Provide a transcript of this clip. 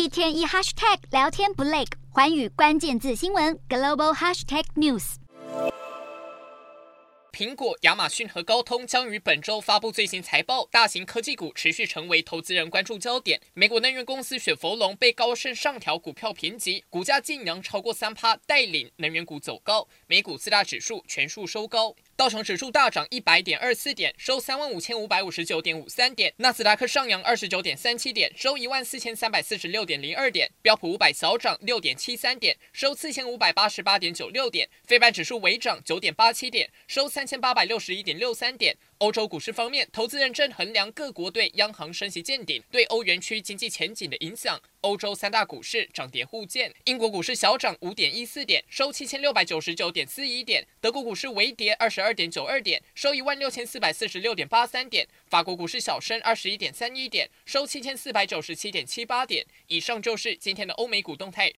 一天一 hashtag 聊天不累，寰宇关键字新闻 global hashtag news。 苹果、亚马逊和高通将于本周发布最新财报，大型科技股持续成为投资人关注焦点。美国能源公司雪佛龙被高盛上调股票评级，股价晋扬超过3%，带领能源股走高。美股四大指数全数收高。道琼指数大涨100.24点，收35,559.53点；纳斯达克上扬29.37点，收14,346.02点；标普500小涨6.73点，收4,588.96点；费半指数微涨9.87点，收3,861.63点。欧洲股市方面，投资人正衡量各国对央行升息见顶对欧元区经济前景的影响。欧洲三大股市涨跌互见，英国股市小涨5.14点，收7,699.41点；德国股市微跌22.92点，收16,446.83点；法国股市小升21.31点，收7,497.78点。以上就是今天的欧美股动态。